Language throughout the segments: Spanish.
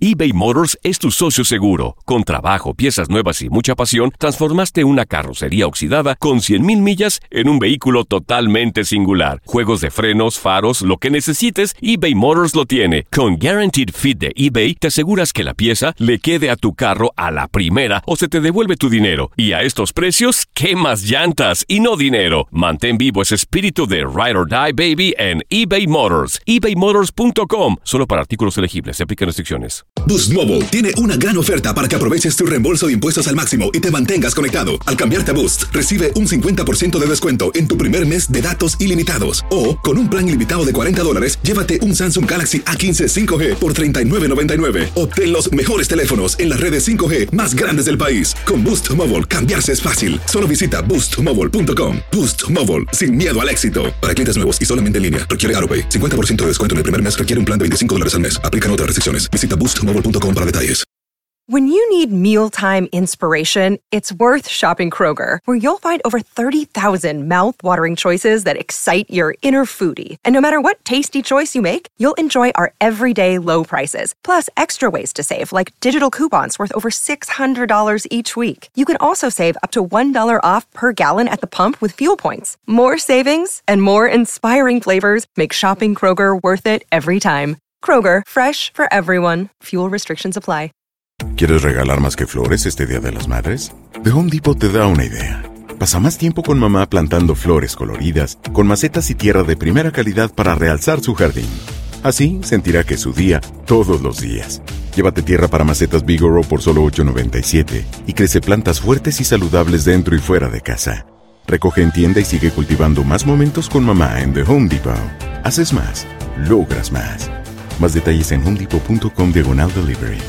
eBay Motors es tu socio seguro. Con trabajo, piezas nuevas y mucha pasión, transformaste una carrocería oxidada con 100,000 millas en un vehículo totalmente singular. Juegos de frenos, faros, lo que necesites, eBay Motors lo tiene. Con Guaranteed Fit de eBay, te aseguras que la pieza le quede a tu carro a la primera o se te devuelve tu dinero. Y a estos precios, ¿qué más llantas y no dinero? Mantén vivo ese espíritu de Ride or Die, baby, en eBay Motors. ebaymotors.com. Solo para artículos elegibles. Se aplican restricciones. Boost Mobile tiene una gran oferta para que aproveches tu reembolso de impuestos al máximo y te mantengas conectado. Al cambiarte a Boost, recibe un 50% de descuento en tu primer mes de datos ilimitados. O, con un plan ilimitado de $40, llévate un Samsung Galaxy A15 5G por $39.99. Obtén los mejores teléfonos en las redes 5G más grandes del país. Con Boost Mobile, cambiarse es fácil. Solo visita boostmobile.com. Boost Mobile, sin miedo al éxito. Para clientes nuevos y solamente en línea, requiere AutoPay. 50% de descuento en el primer mes requiere un plan de $25 al mes. Aplican otras restricciones. Visita boostmobile.com para detalles. When you need mealtime inspiration, it's worth shopping Kroger, where you'll find over 30,000 mouth-watering choices that excite your inner foodie. And no matter what tasty choice you make, you'll enjoy our everyday low prices, plus extra ways to save, like digital coupons worth over $600 each week. You can also save up to $1 off per gallon at the pump with fuel points. More savings and more inspiring flavors make shopping Kroger worth it every time. Kroger, fresh for everyone. Fuel restrictions apply. ¿Quieres regalar más que flores este Día de las Madres? The Home Depot te da una idea. Pasa más tiempo con mamá plantando flores coloridas, con macetas y tierra de primera calidad para realzar su jardín. Así sentirá que es su día todos los días. Llévate tierra para macetas Bigoro por solo $8.97 y crece plantas fuertes y saludables dentro y fuera de casa. Recoge en tienda y sigue cultivando más momentos con mamá en The Home Depot. Haces más, logras más. Más detalles en homedepot.com/delivery.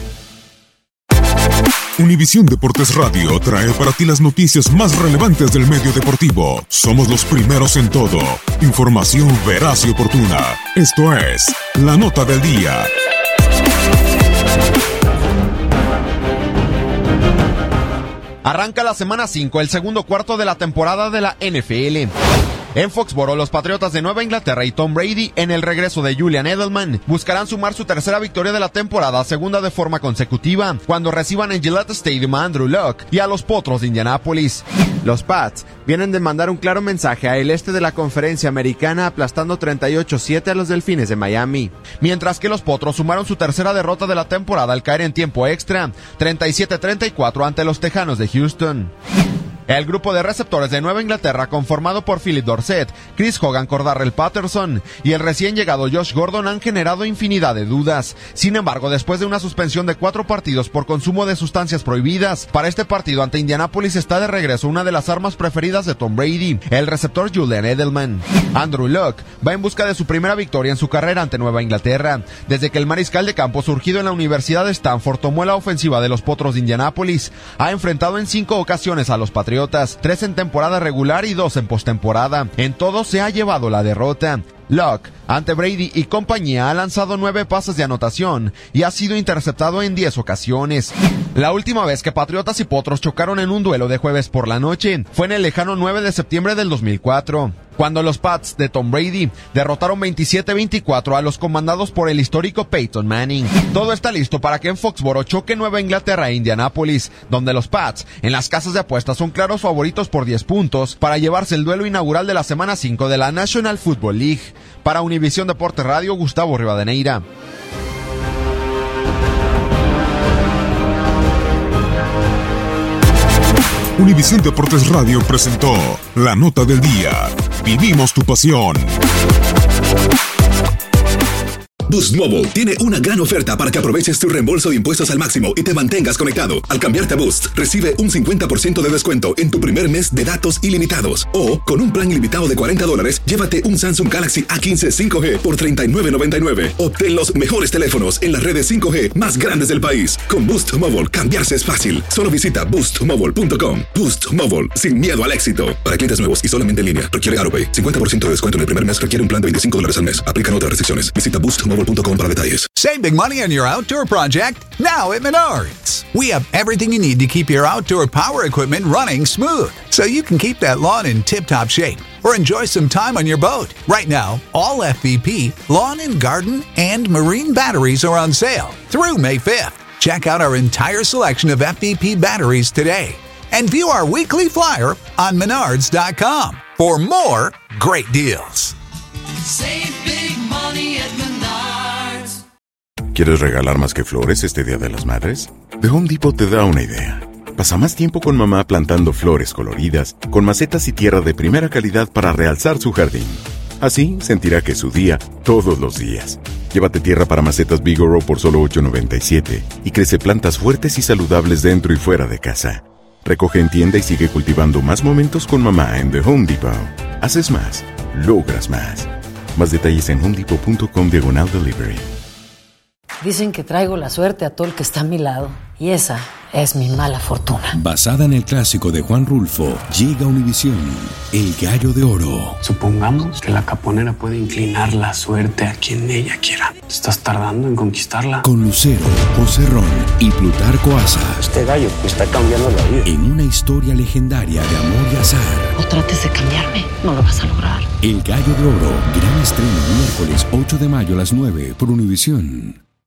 Univisión Deportes Radio trae para ti las noticias más relevantes del medio deportivo. Somos los primeros en todo. Información veraz y oportuna. Esto es La Nota del Día. Arranca la semana 5, el segundo cuarto de la temporada de la NFL. En Foxboro, los Patriotas de Nueva Inglaterra y Tom Brady, en el regreso de Julian Edelman, buscarán sumar su tercera victoria de la temporada, segunda de forma consecutiva, cuando reciban en Gillette Stadium a Andrew Luck y a los Potros de Indianápolis. Los Pats vienen de mandar un claro mensaje al este de la conferencia americana, aplastando 38-7 a los Delfines de Miami, mientras que los Potros sumaron su tercera derrota de la temporada al caer en tiempo extra, 37-34 ante los Tejanos de Houston. El grupo de receptores de Nueva Inglaterra, conformado por Philip Dorsett, Chris Hogan, Cordarrelle Patterson y el recién llegado Josh Gordon, han generado infinidad de dudas. Sin embargo, después de una suspensión de 4 partidos por consumo de sustancias prohibidas, para este partido ante Indianápolis está de regreso una de las armas preferidas de Tom Brady, el receptor Julian Edelman. Andrew Luck va en busca de su primera victoria en su carrera ante Nueva Inglaterra, desde que el mariscal de campo surgido en la Universidad de Stanford tomó la ofensiva de los Potros de Indianápolis. Ha enfrentado en 5 ocasiones a los Patriotas, 3 en temporada regular y 2 en postemporada. En todo se ha llevado la derrota. Luck, ante Brady y compañía, ha lanzado 9 pases de anotación y ha sido interceptado en 10 ocasiones. La última vez que Patriotas y Potros chocaron en un duelo de jueves por la noche fue en el lejano 9 de septiembre del 2004, cuando los Pats de Tom Brady derrotaron 27-24 a los comandados por el histórico Peyton Manning. Todo está listo para que en Foxboro choque Nueva Inglaterra e Indianápolis, donde los Pats en las casas de apuestas son claros favoritos por 10 puntos para llevarse el duelo inaugural de la semana 5 de la National Football League. Para Univisión Deportes Radio, Gustavo Rivadeneira. Univisión Deportes Radio presentó La Nota del Día. Vivimos tu pasión. Boost Mobile tiene una gran oferta para que aproveches tu reembolso de impuestos al máximo y te mantengas conectado. Al cambiarte a Boost, recibe un 50% de descuento en tu primer mes de datos ilimitados. O, con un plan ilimitado de $40, llévate un Samsung Galaxy A15 5G por $39.99. Obtén los mejores teléfonos en las redes 5G más grandes del país. Con Boost Mobile, cambiarse es fácil. Solo visita boostmobile.com. Boost Mobile, sin miedo al éxito. Para clientes nuevos y solamente en línea, requiere AutoPay. 50% de descuento en el primer mes requiere un plan de $25 al mes. Aplican otras restricciones. Visita boostmobile.com para detalles. Save big money on your outdoor project now at Menards. We have everything you need to keep your outdoor power equipment running smooth, so you can keep that lawn in tip-top shape. or enjoy some time on your boat. Right now, all FVP lawn and garden and marine batteries are on sale through May 5th. Check out our entire selection of FVP batteries today and view our weekly flyer on Menards.com for more great deals. Save big money at Menards. ¿Quieres regalar más que flores este Día de las Madres? The Home Depot te da una idea. Pasa más tiempo con mamá plantando flores coloridas, con macetas y tierra de primera calidad para realzar su jardín. Así sentirá que es su día todos los días. Llévate tierra para macetas Bigoro por solo $8.97 y crece plantas fuertes y saludables dentro y fuera de casa. Recoge en tienda y sigue cultivando más momentos con mamá en The Home Depot. Haces más, logras más. Más detalles en homedepot.com/delivery. Dicen que traigo la suerte a todo el que está a mi lado. Y esa es mi mala fortuna. Basada en el clásico de Juan Rulfo, llega Univisión, El Gallo de Oro. Supongamos que la caponera puede inclinar la suerte a quien ella quiera. ¿Estás tardando en conquistarla? Con Lucero, José Ron y Plutarco Asa. Este gallo me está cambiando la vida. En una historia legendaria de amor y azar. No trates de cambiarme, no lo vas a lograr. El Gallo de Oro, gran estreno miércoles 8 de mayo a las 9 por Univisión.